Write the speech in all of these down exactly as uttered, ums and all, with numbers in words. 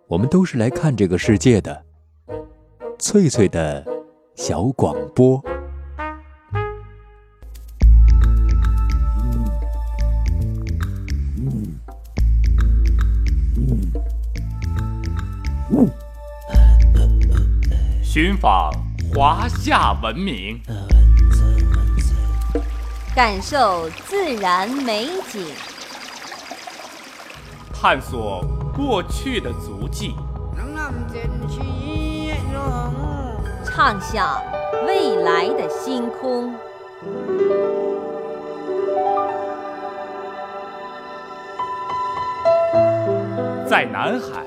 我们都是来看这个世界的。翠翠的小广播。 寻访华夏文明， 感受自然美景， 探索过去的足迹， 畅想未来的星空。 在南海，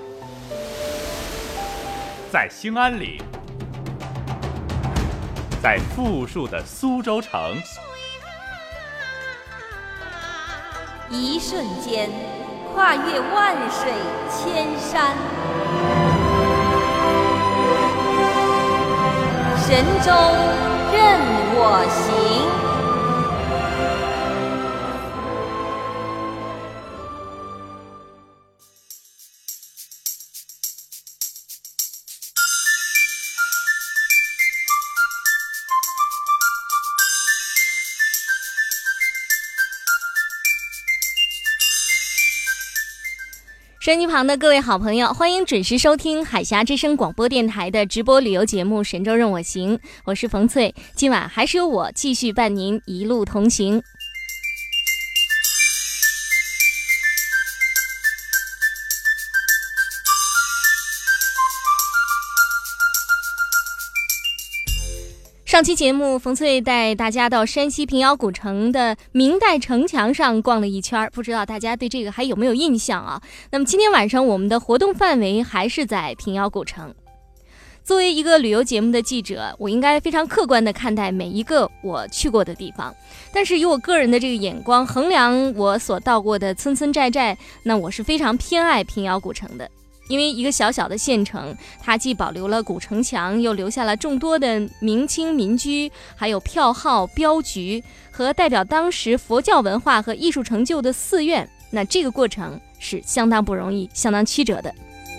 在兴安岭，在富庶的苏州城， 一瞬间跨越万水千山，神州任我行。 收音机旁的各位好朋友，欢迎准时收听海峡之声广播电台的直播旅游节目《神州任我行》，我是冯翠，今晚还是由我继续伴您一路同行。上期节目，冯翠带大家到山西平遥古城的明代城墙上逛了一圈，不知道大家对这个还有没有印象啊？那么今天晚上我们的活动范围还是在平遥古城。作为一个旅游节目的记者，我应该非常客观地看待每一个我去过的地方，但是以我个人的这个眼光衡量我所到过的村村寨寨，那我是非常偏爱平遥古城的。因为一个小小的县城，它既保留了古城墙，又留下了众多的明清民居，还有票号、镖局和代表当时佛教文化和艺术成就的寺院，那这个过程是相当不容易，相当曲折的。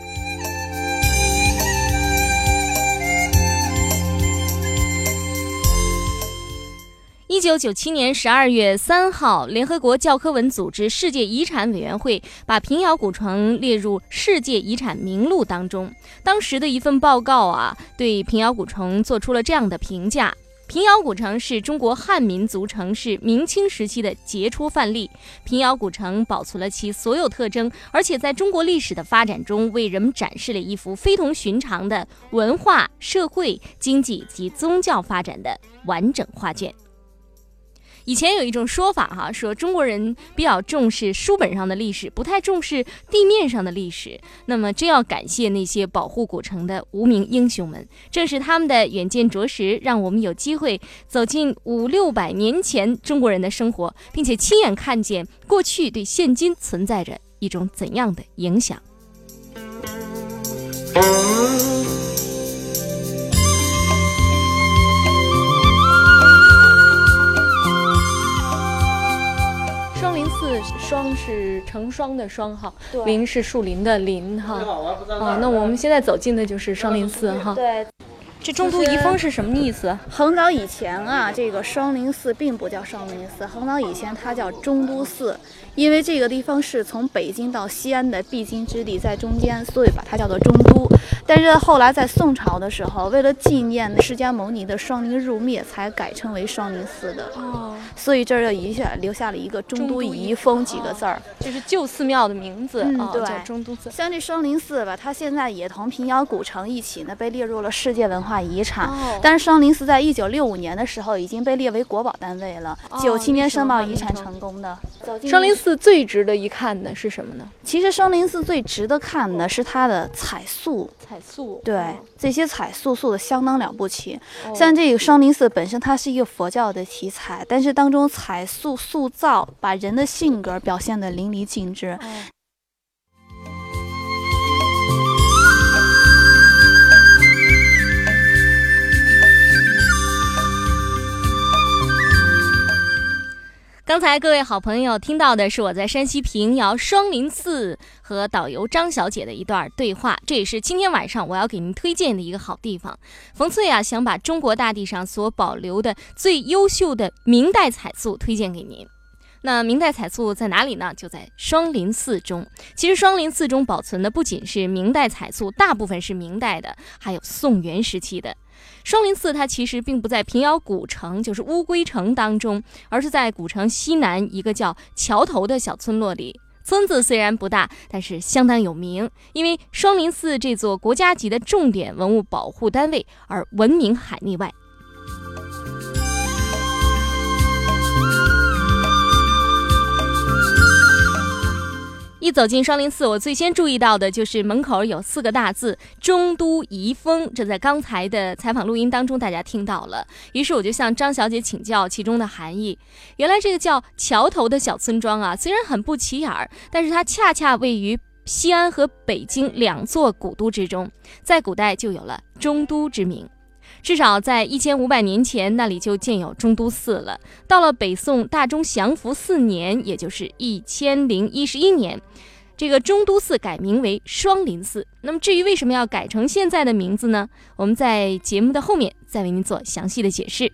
一九九七年十二月三号，联合国教科文组织世界遗产委员会把平遥古城列入世界遗产名录当中。当时的一份报告啊，对平遥古城做出了这样的评价：平遥古城是中国汉民族城市明清时期的杰出范例。平遥古城保存了其所有特征，而且在中国历史的发展中，为人们展示了一幅非同寻常的文化、社会、经济及宗教发展的完整画卷。以前有一种说法哈，说中国人比较重视书本上的历史，不太重视地面上的历史。那么真要感谢那些保护古城的无名英雄们，正是他们的远见卓识，让我们有机会走进五六百年前中国人的生活，并且亲眼看见过去对现今存在着一种怎样的影响。双林寺，双是成双的双哈，林是树林的林哈。啊，那我们现在走进的就是双林寺哈。 对。 这中都遗风是什么意思？ 很早以前啊，这个双林寺并不叫双林寺，很早以前它叫中都寺，因为这个地方是从北京到西安的必经之地，在中间，所以把它叫做中都。但是后来在宋朝的时候，为了纪念释迦牟尼的双林入灭，才改称为双林寺的。哦，所以这儿就一下留下了一个中都遗风几个字儿， 这是旧寺庙的名字。 嗯， 哦、 对， 叫中都寺。 像这双林寺吧，它现在也同平遥古城一起呢，被列入了世界文化遗产。哦、但是双林寺在一九六五年的时候已经被列为国宝单位了，九七、哦、年申报遗产成功的。 双林寺最值得一看的是什么呢？ 其实双林寺最值得看的是它的彩塑。 彩塑， 对，哦、这些彩塑塑的相当了不起。哦、像这个双林寺本身它是一个佛教的题材，但是当中彩塑塑造把人的性格表现得淋漓尽致。哦刚刚才各位好朋友听到的是我在山西平遥双林寺和导游张小姐的一段对话，这也是今天晚上我要给您推荐的一个好地方。冯翠啊，想把中国大地上所保留的最优秀的明代彩塑推荐给您。那明代彩塑在哪里呢？就在双林寺中。其实双林寺中保存的不仅是明代彩塑，大部分是明代的，还有宋元时期的。双林寺它其实并不在平遥古城，就是乌龟城当中，而是在古城西南一个叫桥头的小村落里。村子虽然不大，但是相当有名，因为双林寺这座国家级的重点文物保护单位而闻名海内外。一走进双林寺，我最先注意到的就是门口有四个大字“中都遗风”，这在刚才的采访录音当中大家听到了。于是我就向张小姐请教其中的含义。原来这个叫桥头的小村庄啊，虽然很不起眼儿，但是它恰恰位于西安和北京两座古都之中，在古代就有了中都之名。至少在一千五百年前，那里就建有中都寺了。到了北宋大中祥符四年，也就是一千零一十一年，这个中都寺改名为双林寺。那么至于为什么要改成现在的名字呢？我们在节目的后面再为您做详细的解释。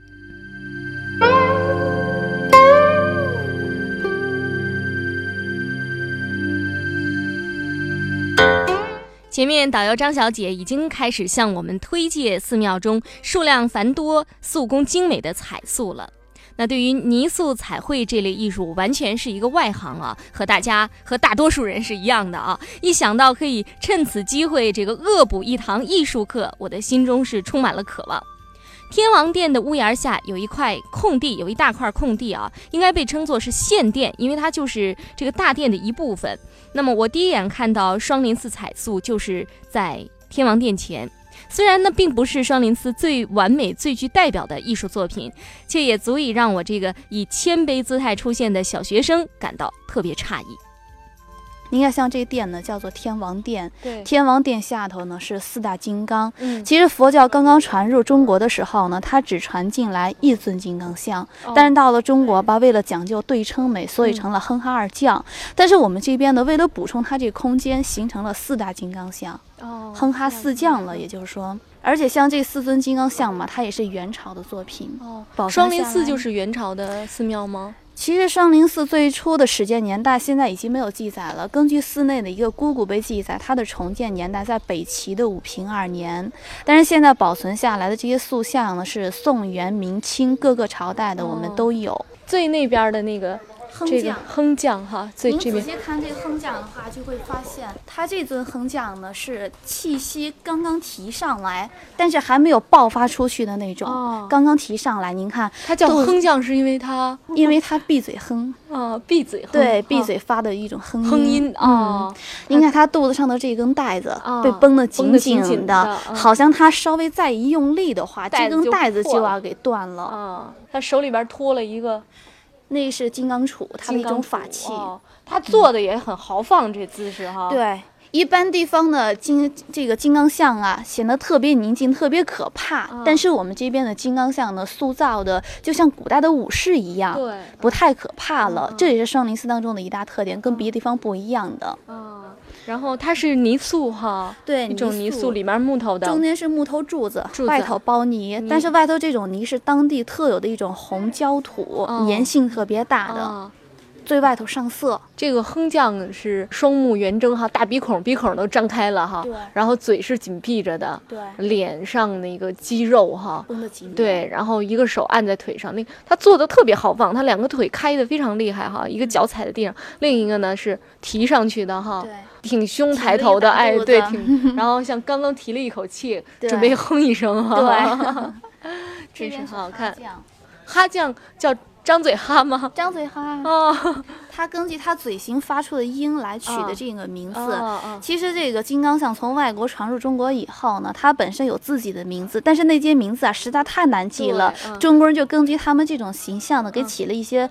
前面导游张小姐已经开始向我们推介寺庙中数量繁多、塑工精美的彩塑了。那对于泥塑彩绘这类艺术，完全是一个外行啊，和大家和大多数人是一样的啊。一想到可以趁此机会这个恶补一堂艺术课，我的心中是充满了渴望。天王殿的屋檐下有一块空地，有一大块空地啊，应该被称作是献殿，因为它就是这个大殿的一部分。那么我第一眼看到双林寺彩塑就是在天王殿前，虽然那并不是双林寺最完美最具代表的艺术作品，却也足以让我这个以谦卑姿态出现的小学生感到特别诧异。 您看，像这殿呢，叫做天王殿。 对， 天王殿下头呢是四大金刚。 嗯， 其实佛教刚刚传入中国的时候呢，它只传进来一尊金刚像， 哦、 但是到了中国吧，为了讲究对称美，所以成了哼哈二将。嗯、但是我们这边呢，为了补充它这个空间，形成了四大金刚像， 哦， 哼哈四将了，也就是说。而且像这四尊金刚像嘛，它也是元朝的作品。 哦，双林寺就是元朝的寺庙吗？ 其实双林寺最初的始建年代现在已经没有记载了。根据寺内的一个姑姑碑记载，它的重建年代在北齐的武平二年。但是现在保存下来的这些塑像呢，是宋元明清各个朝代的，我们都有。哦、 最那边的那个。这个哼将哈，最这边。 您仔细看这个哼将的话，就会发现，它这尊哼将呢是气息刚刚提上来，但是还没有爆发出去的那种。哦，刚刚提上来，您看， 它叫哼将是因为它， 因为它闭嘴哼。 啊，闭嘴哼。 对，闭嘴发的一种哼音。 哼音啊， 嗯，您看它肚子上的这根带子被绷得紧紧的，好像它稍微再一用力的话，这根带子就要给断了。 啊，他手里边托了一个。 那是金刚杵，它的一种法器。 哦，它做的也很豪放，嗯、这姿势哈。 对，一般地方的金这个金刚像啊，显得特别宁静，特别可怕。嗯、但是我们这边的金刚像呢，塑造的就像古代的武士一样， 对， 不太可怕了。 嗯、 这也是双林寺当中的一大特点，跟别的地方不一样的。 嗯，然后它是泥塑哈， 对， 一种泥塑，里面木头的， 中间是木头柱子， 柱子外头包泥， 泥但是外头这种泥是当地特有的一种红焦土， 哦、 粘性特别大的。 哦， 最外头上色。 这个哼将是双目圆睁哈，大鼻孔鼻孔都张开了哈， 对， 然后嘴是紧闭着的， 对， 脸上那个肌肉哈绷得紧， 对，然后一个手按在腿上，那他做的特别豪放，他两个腿开的非常厉害哈，一个脚踩在地上，另一个呢是提上去的哈， 对， 挺胸抬头的，哎，对，挺，然后像刚刚提了一口气，准备哼一声哈， 对， 真是很好看。哈将叫张嘴哈吗？ 张嘴哈哦， 它根据它嘴型发出的音来取的这个名字。 哦哦、 其实这个金刚像从外国传入中国以后呢，它本身有自己的名字，但是那些名字啊实在太难记了，嗯、中国人就根据他们这种形象呢，给起了一些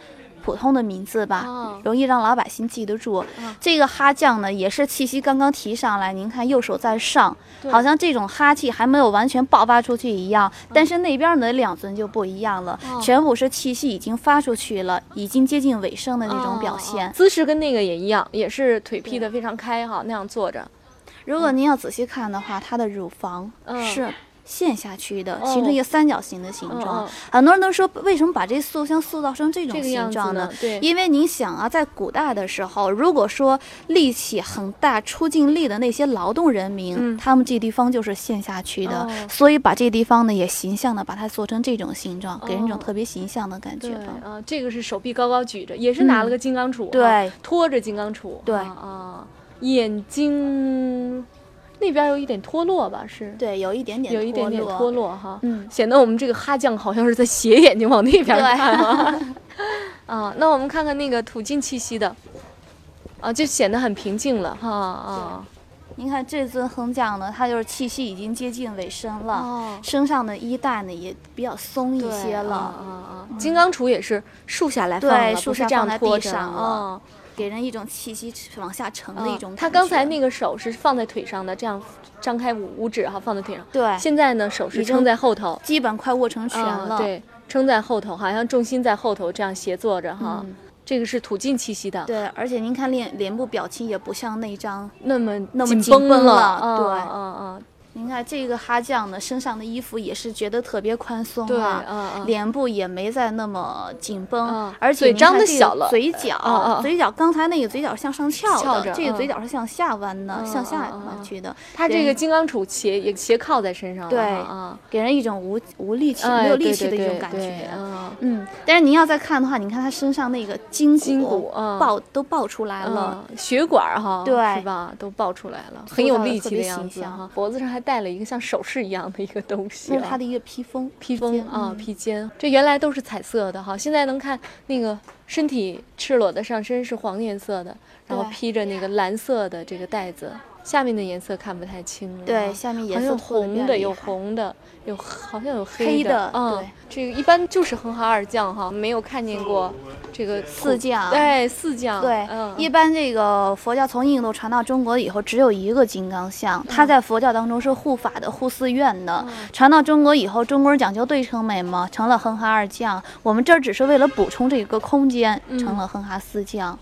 普通的名字吧， 哦容易让老百姓记得住。 嗯这个哈将呢，也是气息刚刚提上来，您看右手在上，好像这种哈气还没有完全爆发出去一样。但是那边的两尊就不一样了， 哦全部是气息已经发出去了，已经接近尾声的那种表现。 哦哦姿势跟那个也一样，也是腿劈得非常开哈，那样坐着。 如果您要仔细看的话，它的乳房嗯是陷下去的， 哦形成一个三角形的形状。 嗯嗯很多人都说，为什么把这塑像塑造成这种这个样子形状呢？ 对， 因为您想啊，在古代的时候，如果说力气很大、出尽力的那些劳动人民， 嗯他们这地方就是陷下去的， 哦所以把这地方呢也形象的把它做成这种形状，给人一种哦特别形象的感觉对吧。 啊，这个是手臂高高举着，也是拿了个金刚杵、啊对， 托着金刚杵。 对啊啊，眼睛那边有一点脱落吧？是， 对，有一点点有一点点脱落。 脱落哈。 嗯， 显得我们这个哈将好像是在斜眼睛往那边看啊。啊，那我们看看那个吐尽气息的，啊，就显得很平静了哈啊。 您看这尊横将呢，它就是气息已经接近尾声了， 哦， 身上的衣带呢也比较松一对些了， 啊啊啊！金刚杵也是竖下来放对了，不是这样竖下放在拖着地上了啊。 给人一种气息往下沉的一种感觉。 他刚才那个手是放在腿上的，这样张开五五指哈，放在腿上。 对， 现在呢，手是已经撑在后头， 基本快握成拳了。 啊对，撑在后头，好像重心在后头，这样斜坐着哈。 嗯这个是吐尽气息的， 对，而且您看脸脸部表情也不像那张那么那么紧紧绷了， 了啊对啊啊， 您看这个哈将呢，身上的衣服也是觉得特别宽松对啊， 啊啊， 脸部也没再那么紧绷， 啊而且嘴张您看这个得小了嘴角， 啊啊嘴角刚才那个嘴角向上翘的， 翘着这个嗯嘴角是向下弯的， 嗯向下嗯嗯弯去的， 他这个金刚杵斜也斜靠在身上了， 对啊， 给人一种无无力气、 哎没有力气的对对一种感对觉。 啊， 嗯，但是您要再看的话，你看他身上那个筋骨筋骨啊爆都爆出来了。 啊，血管哈， 对是吧？都爆出来了， 塑很有造得特别力气的样形象子哈。脖子上还戴了一个像首饰一样的一个东西啊， 那是他的一个披风， 披风肩啊， 嗯披肩，这原来都是彩色的哈，现在能看那个身体赤裸的上身是黄颜色的，然后对披着那个蓝色的这个带子，下面的颜色看不太清了哈。 对，下面颜好像有色脱得比红的，有较厉害红的，有好像有黑的啊。 对， 这个一般就是哼哈二将哈，没有看见过这个四将对，四将， 对， 嗯， 一般这个佛教从印度传到中国以后，只有一个金刚像，它在佛教当中是护法的、护寺院的。传到中国以后，中国人讲究对称美嘛，成了哼哈二将。我们这儿只是为了补充这个空间，成了哼哈四将。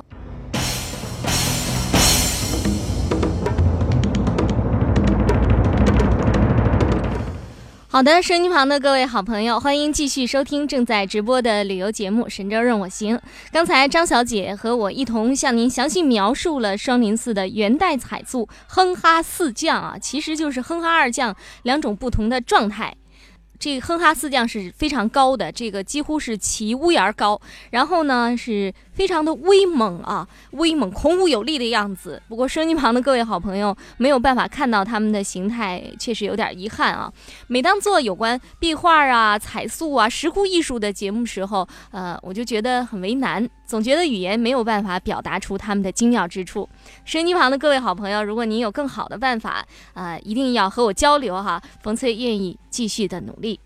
好的，收音机旁的各位好朋友，欢迎继续收听正在直播的旅游节目《神州任我行》。刚才张小姐和我一同向您详细描述了双林寺的元代彩塑哼哈四将啊，其实就是哼哈二将两种不同的状态。这个哼哈四将是非常高的，这个几乎是齐屋檐高，然后呢是非常的威猛啊，威猛孔武有力的样子。不过收音机旁的各位好朋友没有办法看到他们的形态，确实有点遗憾啊。每当做有关壁画啊、彩塑啊、石窟艺术的节目时候，呃，我就觉得很为难，总觉得语言没有办法表达出他们的精妙之处。收音机旁的各位好朋友，如果您有更好的办法，呃，一定要和我交流哈。冯翠愿意继续的努力。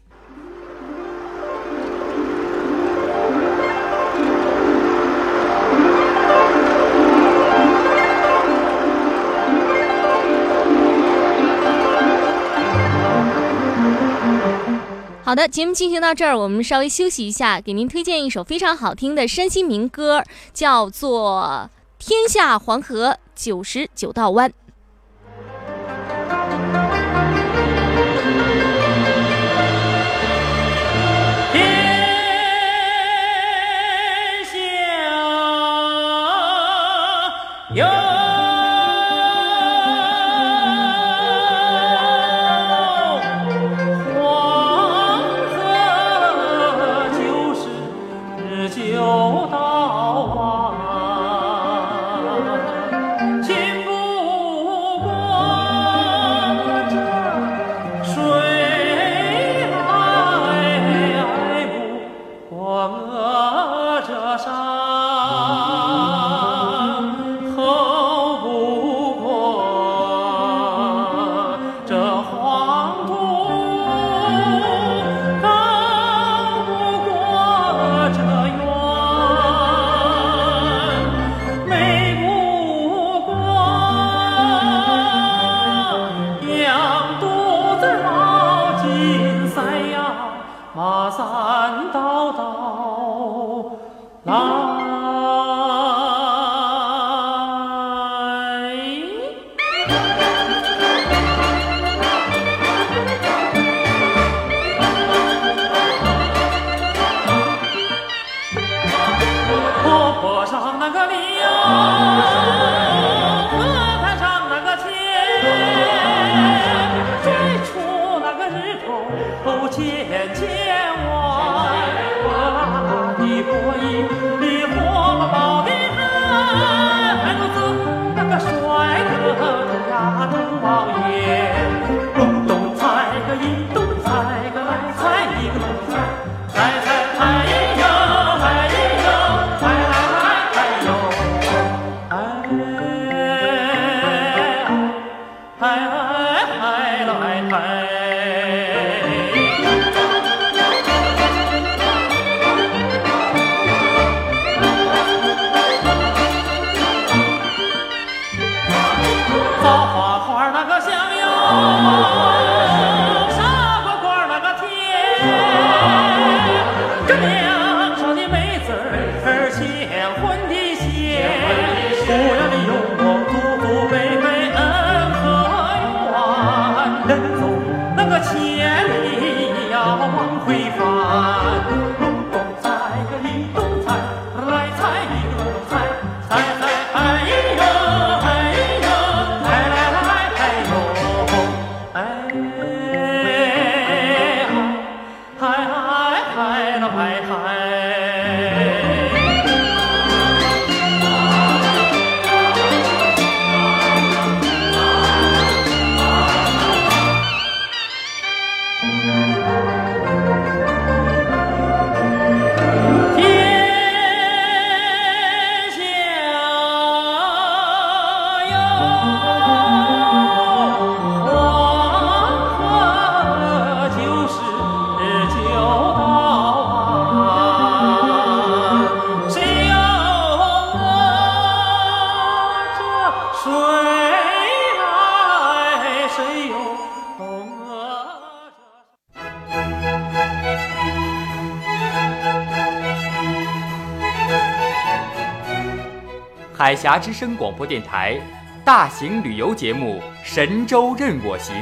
好的，节目进行到这儿，我们稍微休息一下，给您推荐一首非常好听的山西民歌，叫做《天下黄河九十九道弯》。 有黄河九十九道弯，亲不渐渐弯，我的波音的火爆的很，孩子那个帅的呀杜宝爷，咚咚踩个一咚踩个来踩一个咚踩，踩踩踩哟踩哟踩来来踩哟，哎哎哎哎来哎。 海峡之声广播电台大型旅游节目《神州任我行》，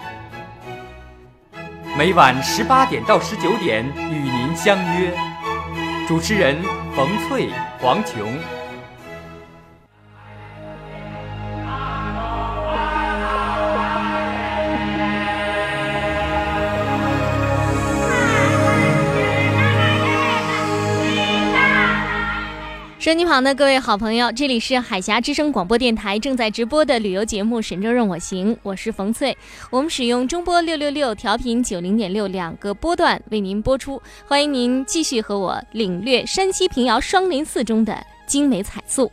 每晚十八点到十九点与您相约。主持人冯翠、黄琼。 收音旁的各位好朋友，这里是海峡之声广播电台正在直播的旅游节目《神州任我行》，我是冯翠。我们使用中波六六六调频九零点六两个波段为您播出，欢迎您继续和我领略山西平遥双林寺中的精美彩塑。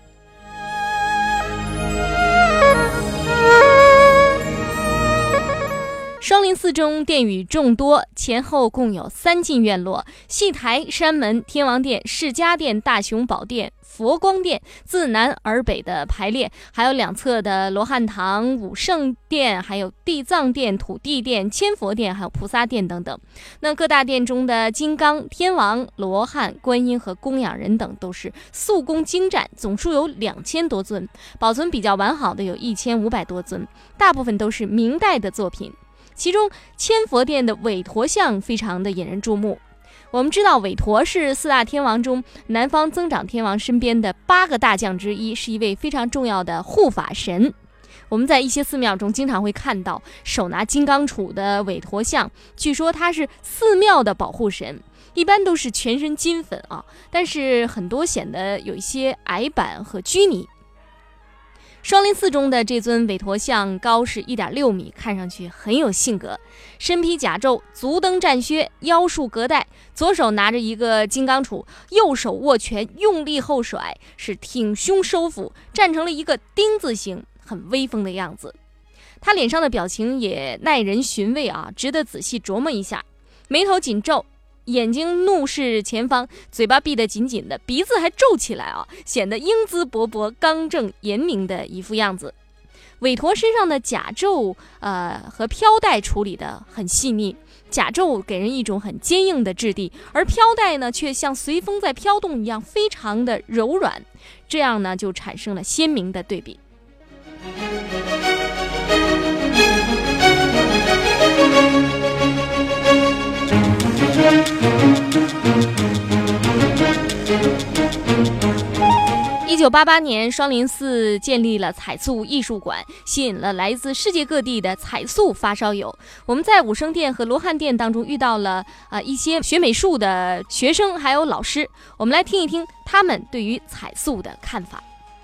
双林寺中殿宇众多，前后共有三进院落，戏台、山门、天王殿、释迦殿、大雄宝殿、佛光殿自南而北的排列，还有两侧的罗汉堂、武圣殿，还有地藏殿、土地殿、千佛殿，还有菩萨殿等等。那各大殿中的金刚、天王、罗汉、观音和供养人等都是塑工精湛，总数有两千多尊，保存比较完好的有一千五百多尊，大部分都是明代的作品。其中千佛殿的韦陀像非常的引人注目。我们知道韦陀是四大天王中南方增长天王身边的八个大将之一，是一位非常重要的护法神。我们在一些寺庙中经常会看到手拿金刚杵的韦陀像，据说他是寺庙的保护神，一般都是全身金粉啊，但是很多显得有一些矮板和拘泥。双林寺中的这尊韦陀像高是 一点六米，看上去很有性格，身披甲胄，足蹬战靴，腰束革带，左手拿着一个金刚杵，右手握拳，用力后甩，是挺胸收腹，站成了一个丁字形，很威风的样子。他脸上的表情也耐人寻味啊，值得仔细琢磨一下。眉头紧皱，眼睛怒视前方，嘴巴闭得紧紧的，鼻子还皱起来啊，显得英姿勃勃、刚正严明的一副样子。韦陀身上的甲胄呃和飘带处理得很细腻，甲胄给人一种很坚硬的质地，而飘带呢却像随风在飘动一样，非常的柔软，这样呢就产生了鲜明的对比。一九八八年，双林寺建立了彩塑艺术馆，吸引了来自世界各地的彩塑发烧友。我们在武生殿和罗汉殿当中遇到了啊、呃、一些学美术的学生还有老师，我们来听一听他们对于彩塑的看法。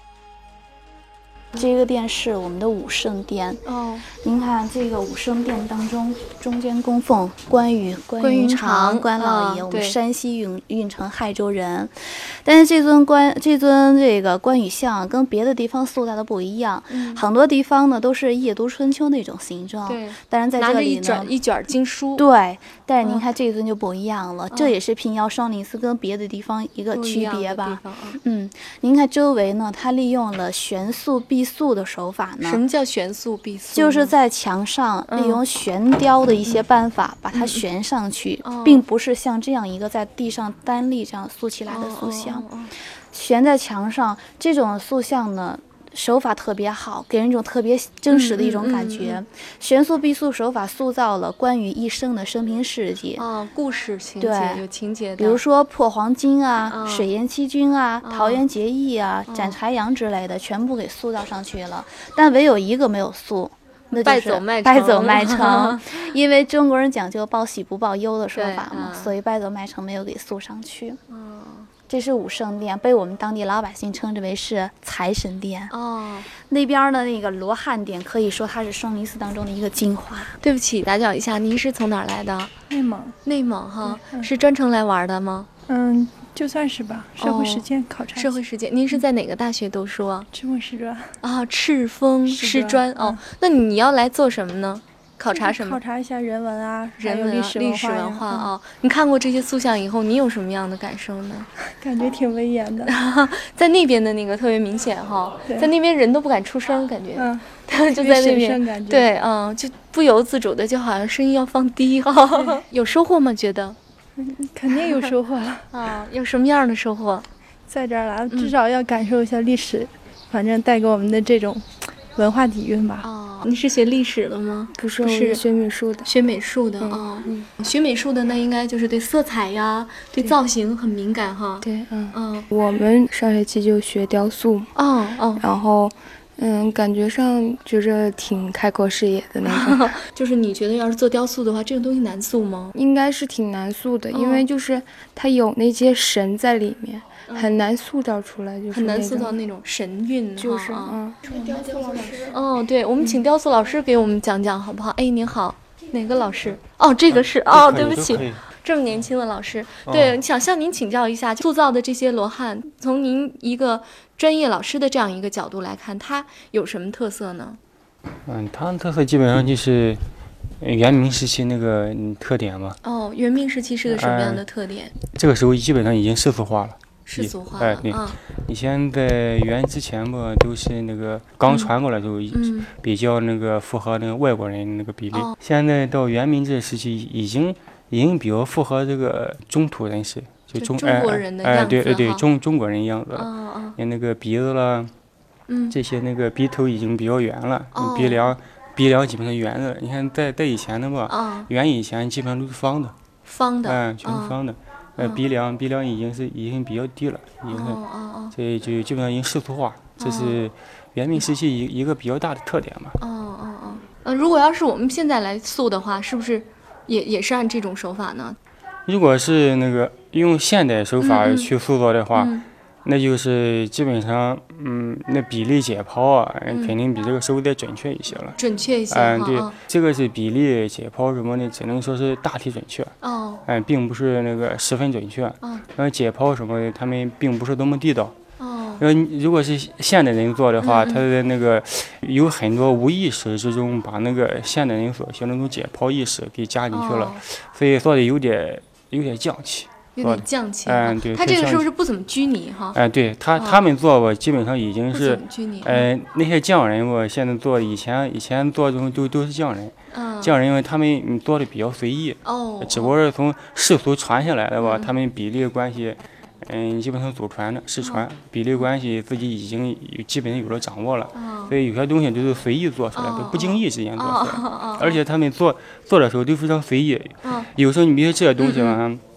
这个殿是我们的武圣殿哦， 您看这个武圣殿当中，中间供奉关羽、关云长、关老爷，我们山西运运城亥州人。但是这尊关这尊这个关羽像跟别的地方塑造的不一样，嗯、很多地方呢都是夜读春秋那种形状， 对。 当然在这里呢， 拿着一卷一卷经书， 对。但是您看这尊就不一样了， 嗯、 这也是平遥双林寺跟别的地方一个区别吧。 嗯, 嗯，您看周围呢，它利用了悬塑壁塑的手法呢。 什么叫悬塑壁塑？ 就是在墙上利用悬雕的一些办法、嗯、把它悬上去、嗯，并不是像这样一个在地上单立这样塑起来的塑像。 哦哦哦、 悬在墙上这种塑像呢，手法特别好，给人一种特别真实的一种感觉。嗯嗯嗯、悬塑壁塑手法塑造了关羽一生的生平事迹， 哦，故事情节， 对， 有情节的， 比如说破黄金啊、 哦、 水淹七军啊、 哦、 桃园结义啊、哦、斩柴阳之类的，全部给塑造上去了。但唯有一个没有塑，那就是败走麦城。因为中国人讲究报喜不报忧的说法嘛，嗯、所以败走麦城没有给塑上去。 嗯， 这是武圣殿，被我们当地老百姓称之为是财神殿。 哦， 那边的那个罗汉殿可以说它是双林寺当中的一个精华。 对不起，打搅一下，您是从哪儿来的？ 内蒙。 内蒙哈、 嗯， 是专程来玩的吗？ 嗯，就算是吧，社会实践考察、 哦。社会实践，您是在哪个大学读书啊？ 赤峰师专。 啊、哦，赤峰师专哦、嗯。那你要来做什么呢？考察什么？ 考察一下人文啊， 人文、啊、 历史历史文化啊、哦。你看过这些塑像以后，你有什么样的感受呢？ 感觉挺威严的， 在那边的那个特别明显哈，在那边人都不敢出声，感觉， 嗯， 就在那边，对，嗯，就不由自主的，就好像声音要放低哈。有收获吗？觉得？ 肯定有收获了啊！有什么样的收获？ 在这儿来，至少要感受一下历史，嗯、反正带给我们的这种文化底蕴吧。 哦，你是学历史的吗？ 不是，我是学美术的。 学美术的啊、哦嗯，学美术的那应该就是对色彩呀、对造型很敏感哈。 对，嗯嗯。 我们上学期就学雕塑。 哦哦。 然后。嗯，感觉上觉着挺开阔视野的那种。 就是你觉得要是做雕塑的话，这个东西难塑吗？ 应该是挺难塑的，哦、因为就是它有那些神在里面，嗯、很难塑造出来，就是、那个、 很难塑造那种神韵。 就是嗯。 雕塑老师。 哦，对，我们请雕塑老师给我们讲讲好不好？哎，您好，哪个老师？哦，这个是哦，对不起。这么年轻的老师，对，想向您请教一下，塑造的这些罗汉，从您一个专业老师的这样一个角度来看，它有什么特色呢？ 嗯，它的特色基本上就是元明时期那个特点嘛。 哦，元明时期是个什么样的特点？ 嗯、这个时候基本上已经世俗化了。 世俗化了， 哎，对， 嗯、 以前在元之前吧，都是那个刚传过来就比较那个符合那个外国人那个比例。 嗯、 现在到元明这时期，已经已经比较符合这个中土人士，就中中国人的样子， 哎，对对对，中中国人样子了。 哦哦， 你那个鼻子了， 嗯， 这些那个鼻头已经比较圆了， 哦、 鼻梁鼻梁基本上圆的。你看在在以前的吧， 哦、 元以前基本上都是方的， 方的， 嗯，全是方的。 哦呃，鼻梁鼻梁已经是已经比较低了，已经是， 哦哦哦、 所以就基本上已经世俗化，这是元明时期一一个比较大的特点嘛。 哦哦哦，呃，如果要是我们现在来塑的话，是不是也也是按这种手法呢？ 如果是那个用现代手法去塑造的话， 嗯嗯、 那就是基本上，嗯，那比例解剖啊， 嗯、 肯定比这个手得准确一些了。 准确一些， 嗯，对， 哦、 这个是比例解剖什么的，只能说是大体准确。 哦。 嗯，并不是那个十分准确。 哦。 然后解剖什么的，他们并不是多么地道。 哦。 然后如果是现代人做的话， 嗯、 他的那个有很多无意识之中把那个现代人所学那种解剖意识给加进去了， 哦、 所以做的有点有点匠气。 有点匠气， 嗯，对， 他这个是不是不怎么拘泥哈？ 哎，对他他们做吧，基本上已经是，呃，那些匠人吧，现在做以前以前做的都都是匠人， 嗯， 匠人因为他们做的比较随意， 哦， 只不过是从世俗传下来的吧，他们比例关系，嗯，基本上祖传的世传，比例关系自己已经基本上有了掌握了，所以有些东西都是随意做出来的，不经意之间做出来，而且他们做做的时候都非常随意，有时候你比如这些东西吧。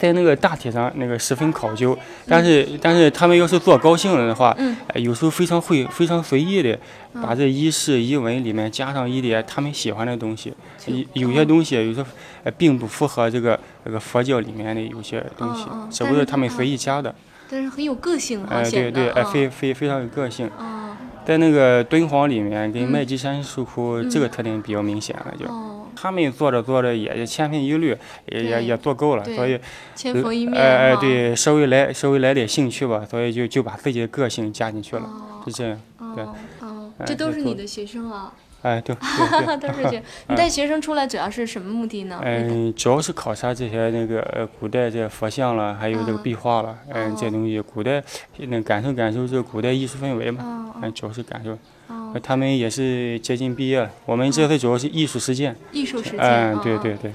在那个大体上那个十分考究，但是、嗯、但是他们要是做高兴了的话， 嗯呃、有时候非常会非常随意的把这仪式仪文里面加上一点他们喜欢的东西，有有些东西有时候呃并不符合这个这个佛教里面的有些东西， 哦哦、 只不过是他们随意加的。 但是很有个性， 哎、呃，对对，哎、呃，非非非常有个性。 哦在那个敦煌里面跟麦积山石窟、 嗯、 这个特点比较明显了，就、 哦、 他们做着做着也也千篇一律，也也也做够了，所以千佛一面， 哎哎，对，稍微来稍微来点兴趣吧，所以就就把自己的个性加进去了， 哦、 是这样，对。 哦，哦这都是你的学生啊。 哎，对，对都是学。你带学生出来主要是什么目的呢？ 嗯，主要是考察这些那个呃古代这佛像了，还有这个壁画了，嗯、呃，这些东西，古代那感受感受这个古代艺术氛围嘛，嗯、呃，主要是感受。 哦。 他们也是接近毕业了，我们这次主要是艺术实践。 艺术实践。 嗯、呃，对对对。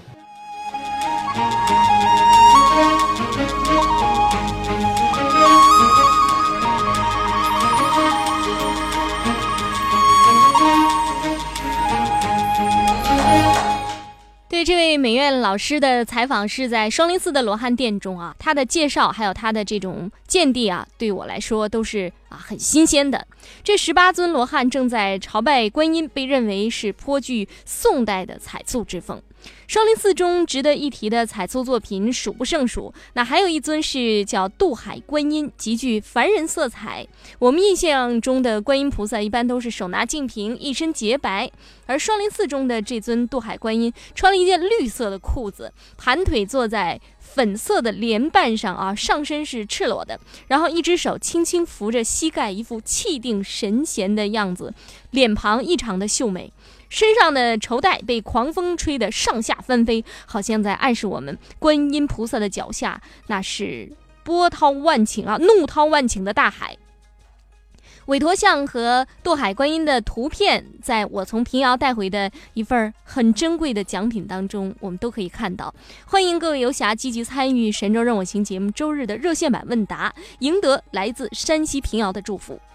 对这位美院老师的采访是在双林寺的罗汉殿中啊，他的介绍还有他的这种见地啊，对我来说都是啊很新鲜的。这十八尊罗汉正在朝拜观音，被认为是颇具宋代的彩塑之风。双林寺中值得一提的彩塑作品数不胜数，那还有一尊是叫渡海观音，极具凡人色彩。我们印象中的观音菩萨一般都是手拿净瓶，一身洁白，而双林寺中的这尊渡海观音穿了一件绿色的裤子，盘腿坐在粉色的莲瓣上啊，上身是赤裸的，然后一只手轻轻扶着膝盖，一副气定神闲的样子，脸庞异常的秀美。身上的绸带被狂风吹得上下翻飞，好像在暗示我们观音菩萨的脚下那是波涛万顷啊，怒涛万顷的大海。韦陀像和渡海观音的图片，在我从平遥带回的一份很珍贵的奖品当中，我们都可以看到。欢迎各位游侠积极参与神州任我行节目周日的热线版问答，赢得来自山西平遥的祝福。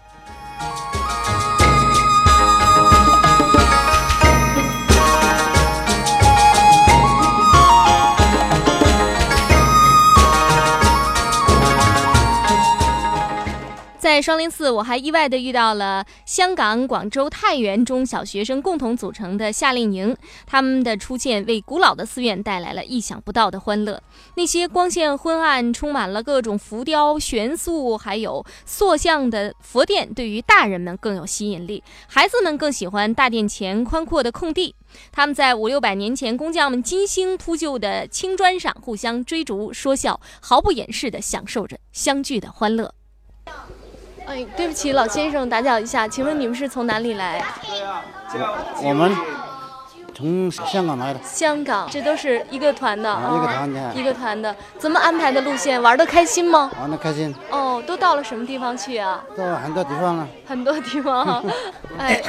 在双林寺，我还意外地遇到了香港、广州、太原中小学生共同组成的夏令营，他们的出现为古老的寺院带来了意想不到的欢乐。那些光线昏暗、充满了各种浮雕、悬塑，还有塑像的佛殿，对于大人们更有吸引力，孩子们更喜欢大殿前宽阔的空地。他们在五六百年前工匠们精心铺就的青砖上互相追逐说笑，毫不掩饰地享受着相聚的欢乐。哎，对不起，老先生，打搅一下，请问你们是从哪里来？ 我我们从香港来的。 香港，这都是一个团的啊， 一个团的， 一个团的。怎么安排的路线？玩得开心吗？ 玩得开心。 哦，都到了什么地方去啊？ 到很多地方了。 很多地方。哎。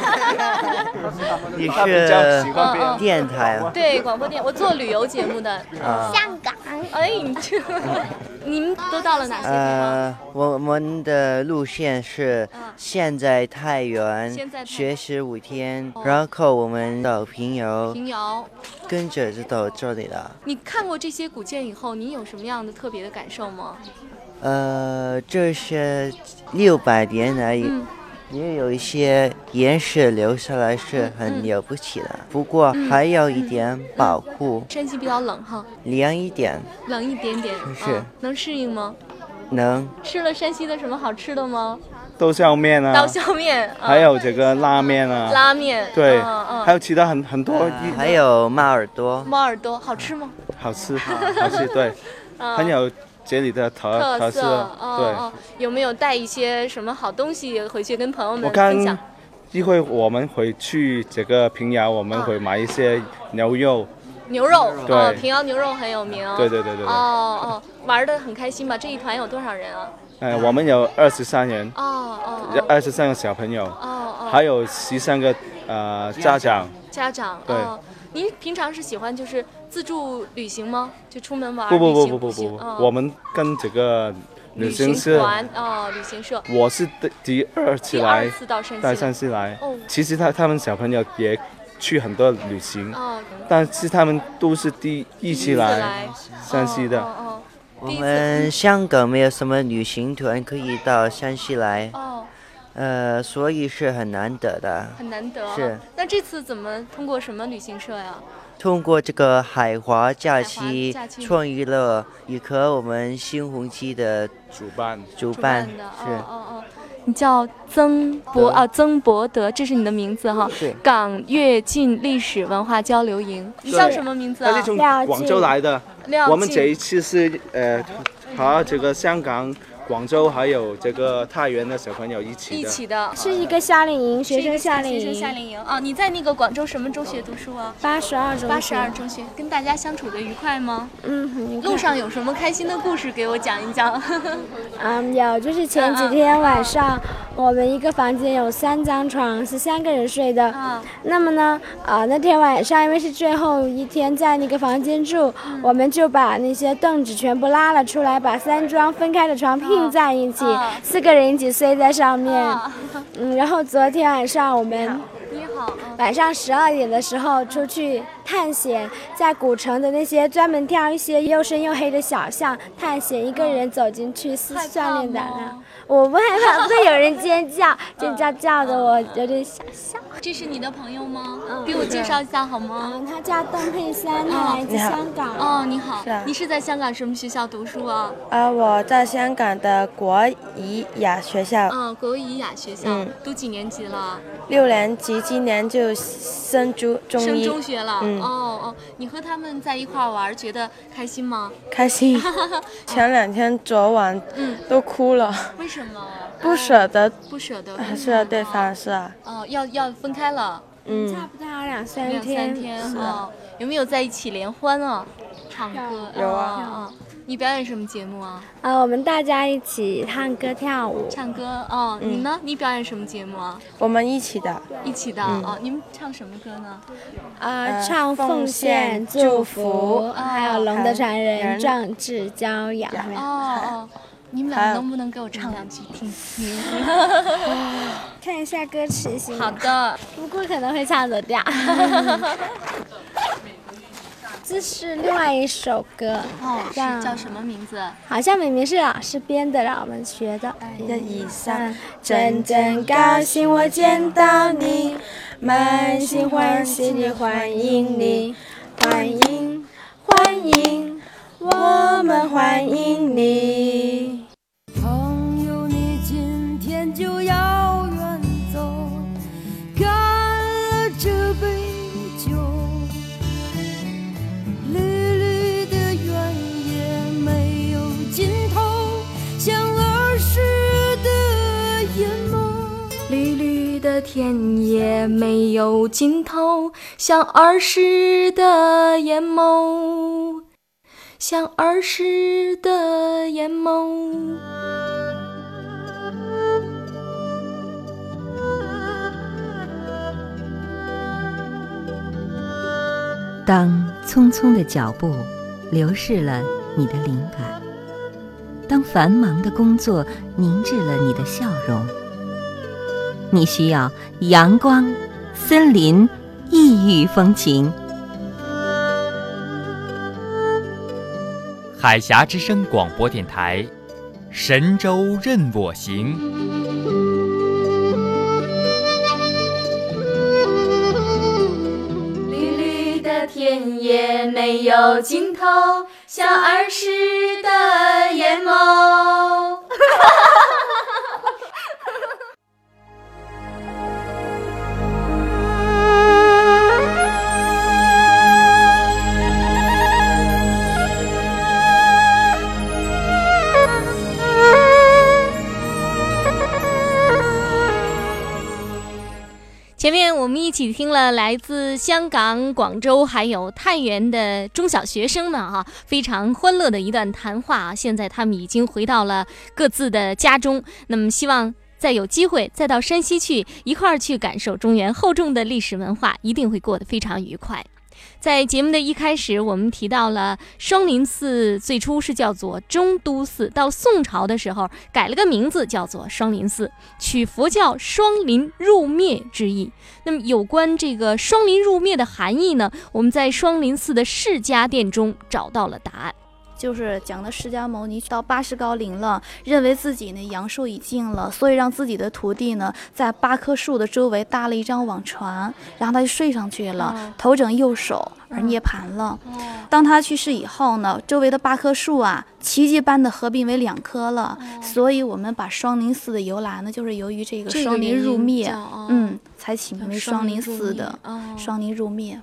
你是电台啊？ 对，广播电，我做旅游节目的。 啊。 香港。 哎，你这，你们都到了哪些地方？ 呃，我们的路线是现在太原学习五天，然后我们到平遥， 平遥， 跟着就到这里了。 你看过这些古建以后，你有什么样的特别的感受吗？ 呃，这是六百年来。嗯也有一些岩石留下来是很了不起的，嗯、不过还有一点保护。 嗯嗯、山西比较冷哈， 凉一点， 冷一点点， 是、 哦、能适应吗？ 能。 吃了山西的什么好吃的吗？ 刀削面啊， 刀削面， 嗯、还有这个拉面啊， 拉面， 对， 嗯嗯、 还有其他很很多、 呃，还有猫耳朵， 猫耳朵好吃吗？ 好吃，好吃，对，嗯、很有。这里的特特色， 哦、对、 哦，有没有带一些什么好东西回去跟朋友们分享？我看一会我们回去这个平遥，我们会买一些牛肉。 牛肉， 对、 哦，平遥牛肉很有名。 对对对对对。 哦哦，玩得很开心吧？这一团有多少人啊？ 呃，我们有二十三人。 哦哦。 二十三个小朋友。 哦哦。 还有十三个呃家长。 家长。 对。 哦您平常是喜欢就是自助旅行吗？就出门玩？ 不不不不不不， 哦、 我们跟这个旅行社团哦，旅行社。 我是第第二次来， 第二次到山西到山西来。 哦， 其实他他们小朋友也去很多旅行， 哦， 但是他们都是第一次来山西的。 哦哦哦我们香港没有什么旅行团可以到山西来， 哦， 呃，所以是很难得的。 很难得。 是。 那这次怎么通过什么旅行社呀？ 通过这个海华假海期华假期创娱乐与和我们新鸿基的主办主办的是。 哦哦哦，你叫曾博啊，曾博德，这是你的名字哈。 是。 港粤晋历史文化交流营，你叫什么名字啊？ 他是从广州来的。我们这一次是呃和这个香港、广州还有这个太原的小朋友一起的。 一起的， 是一个夏令营，学生夏令营。 学生夏令营啊！你在那个广州什么中学读书啊？ 八十二中学。 八十二中学，跟大家相处的愉快吗？ 嗯，很愉快。 路上有什么开心的故事给我讲一讲？ 嗯，有，就是前几天晚上，我们一个房间有三张床，是三个人睡的。 啊。 那么呢，啊，那天晚上因为是最后一天在那个房间住，嗯、我们就把那些凳子全部拉了出来，把三张分开的床拼在一起，啊、四个人一起睡在上面。啊、嗯，然后昨天晚上我们。 你好， 晚上十二点的时候出去探险，在古城的那些专门挑一些又深又黑的小巷探险，一个人走进去是锻炼胆量。我不害怕，不会有人尖叫，尖叫叫的我有点想笑。 这是你的朋友吗？嗯，给我介绍一下好吗？ 嗯，他叫邓佩珊，他来自香港。 哦，你好。是啊。你是在香港什么学校读书啊？ 啊，我在香港的国怡雅学校。 嗯，国怡雅学校。嗯。读几年级了？ 六年级，今年就升中中一。 升中学了。嗯。哦哦，你和他们在一块玩，觉得开心吗？ 开心。前两天昨晚，嗯，都哭了。 为什么？ 不舍得。 不舍得。 是啊，对方是啊。 哦，要要分开了。 嗯，差不多两三天。 两三天哦，有没有在一起联欢啊？唱歌。 有啊。 你表演什么节目啊？ 啊，我们大家一起唱歌跳舞。 唱歌哦，你呢？你表演什么节目啊？ 我们一起的。 一起的哦，你们唱什么歌呢？ 啊，唱奉献、祝福，还有《龙的传人》、壮志骄阳。 哦哦。你们俩能不能给我唱两句听听？ 看一下歌词行吗？ 好的， 不过可能会唱得掉。这是另外一首歌， 哦，是叫什么名字？ 好像明明是老师编的，让我们学的。 以上， 真真高兴我见到你，满心欢喜地欢迎你，欢迎欢迎，我们欢迎你。 朋友，你今天就要远走，干了这杯酒，绿绿的原野没有尽头，像儿时的眼眸。 绿绿的田野没有尽头，像儿时的眼眸，像儿时的眼眸。 当匆匆的脚步流逝了你的灵感，当繁忙的工作凝滞了你的笑容，你需要阳光、森林、异域风情。 海峡之声广播电台，神州任我行。 田野没有尽头，像儿时的眼眸。前面我们一起听了来自香港、广州还有太原的中小学生们哈、啊，非常欢乐的一段谈话啊。现在他们已经回到了各自的家中，那么希望再有机会再到山西去一块儿去感受中原厚重的历史文化，一定会过得非常愉快。在节目的一开始，我们提到了双林寺最初是叫做中都寺，到宋朝的时候改了个名字叫做双林寺，取佛教双林入灭之意。那么有关这个双林入灭的含义呢，我们在双林寺的释迦殿中找到了答案。 就是讲的释迦牟尼到八十高龄了，认为自己呢阳寿已尽了，所以让自己的徒弟呢在八棵树的周围搭了一张网船，然后他就睡上去了，哦、头枕右手而涅槃了。哦、当他去世以后呢，周围的八棵树啊，奇迹般的合并为两棵了。哦、所以我们把双林寺的由来呢，就是由于这个双林入灭，这个哦、嗯，才起名为双林寺的。哦、双林入灭。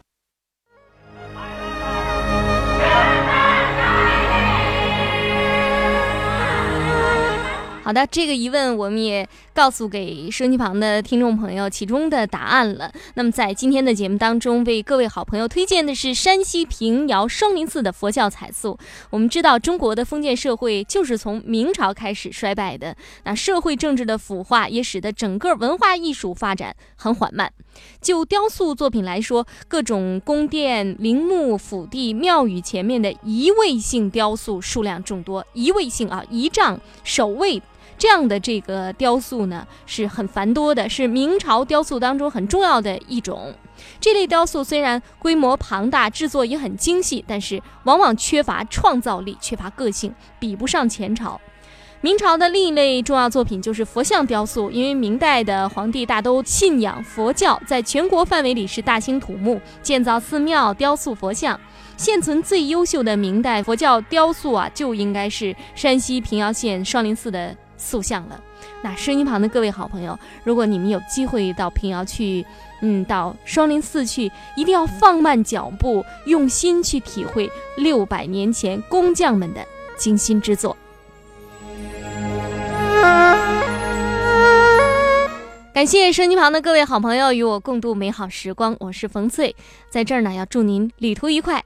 好的，这个疑问我们也告诉给收音机旁的听众朋友其中的答案了。那么在今天的节目当中，为各位好朋友推荐的是山西平遥双林寺的佛教彩塑。我们知道中国的封建社会就是从明朝开始衰败的，那社会政治的腐化也使得整个文化艺术发展很缓慢。就雕塑作品来说，各种宫殿、陵墓、府邸、庙宇前面的移位性雕塑数量众多，移位性啊，仪仗、守卫这样的这个雕塑呢是很繁多的，是明朝雕塑当中很重要的一种。这类雕塑虽然规模庞大，制作也很精细，但是往往缺乏创造力，缺乏个性，比不上前朝。明朝的另一类重要作品就是佛像雕塑，因为明代的皇帝大都信仰佛教，在全国范围里是大兴土木，建造寺庙，雕塑佛像。现存最优秀的明代佛教雕塑啊，就应该是山西平遥县双林寺的塑像了。那声音旁的各位好朋友，如果你们有机会到平遥去，嗯，到双林寺去，一定要放慢脚步，用心去体会六百年前工匠们的精心之作。感谢收音机旁的各位好朋友与我共度美好时光，我是冯翠，在这儿呢要祝您旅途愉快。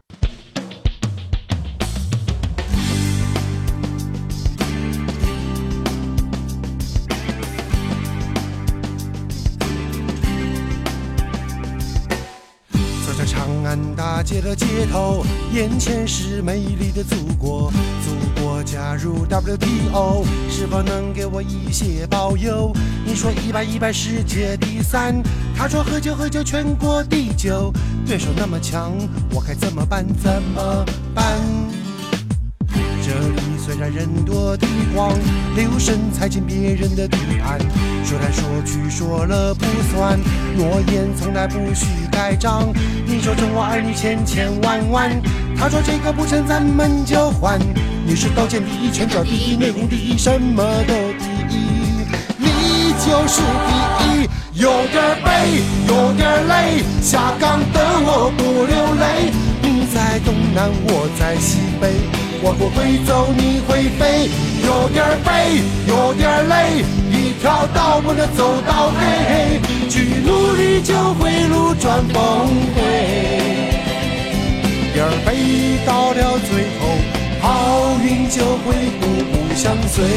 长安大街的街头，眼前是美丽的祖国。祖国加入 W T O， 是否能给我一些保佑？你说一百一百世界第三，他说喝酒喝酒全国第九。对手那么强，我该怎么办？怎么办？这里虽然人多地广，留神踩进别人的地盘。说来说去说了不算，诺言从来不许盖章。你说中我儿女千千万万，他说这个不成咱们就换。你是刀剑第一，拳脚第一，内功第一，什么都第一。你就是第一，有点背，有点累，下岗的我不流泪。你在东南，我在西北。我不会走，你会飞，有点背，有点累，一条道不能走到黑，去努力就会路转峰回，点背到了最后，好运就会步步相随。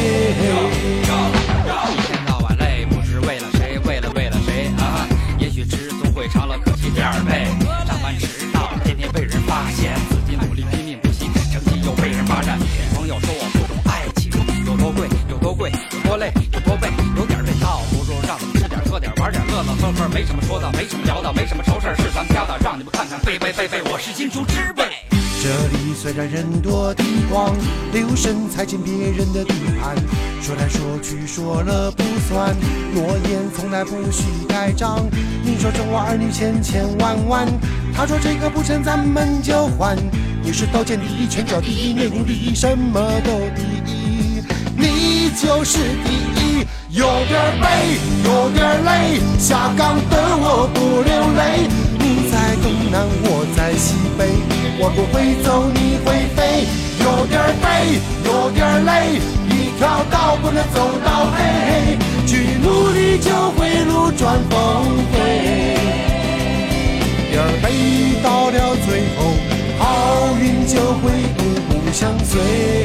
一天到晚累，不知为了谁，为了为了谁啊？也许迟总会长了，可惜第二倍，上班迟到，天天被人发现，自己努力拼命不息，成绩又被人霸占。朋友说我不懂爱情，有多贵有多贵，有多累有多背，有点累倒不如让我们吃点喝点玩点乐乐呵呵，没什么说的，没什么聊的，没什么愁事是咱挑的，让你们看看背背背背，我是金猪之辈。 这里虽然人多地广，留神踩进别人的地盘。说来说去说了不算，诺言从来不许盖章。你说中我儿女千千万万，他说这个不成咱们就换。你是刀剑第一，拳脚第一，内功第一，什么都第一。你就是第一，有点背，有点累，下岗的我不流泪。你在东南，我在西北，我不会走，你会飞，有点背，有点累，一条道不能走到黑，去努力就会路转峰回，点背到了最后，好运就会步步相随。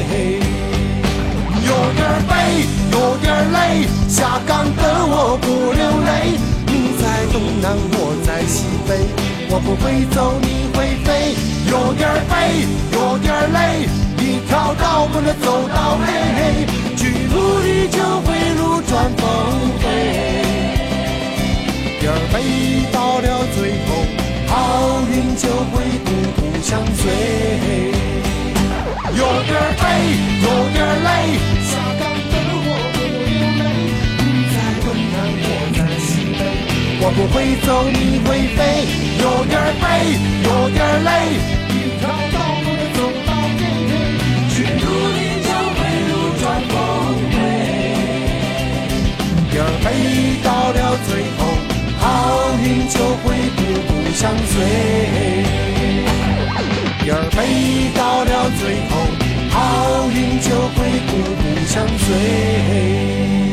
有点背，有点累，下岗的我不流泪。你在东南，我在西北，我不会走，你会飞。有点背，有点累，一条道不能走到黑，去努力就会路转峰回，点背到了最后，好运就会步步相随。有点步会走，你会飞，有点背，有点累，一条道路的走到终点，去努力就会如转风飞。点儿背到了最后，好运就会步步相随。点儿背到了最后，好运就会步步相随。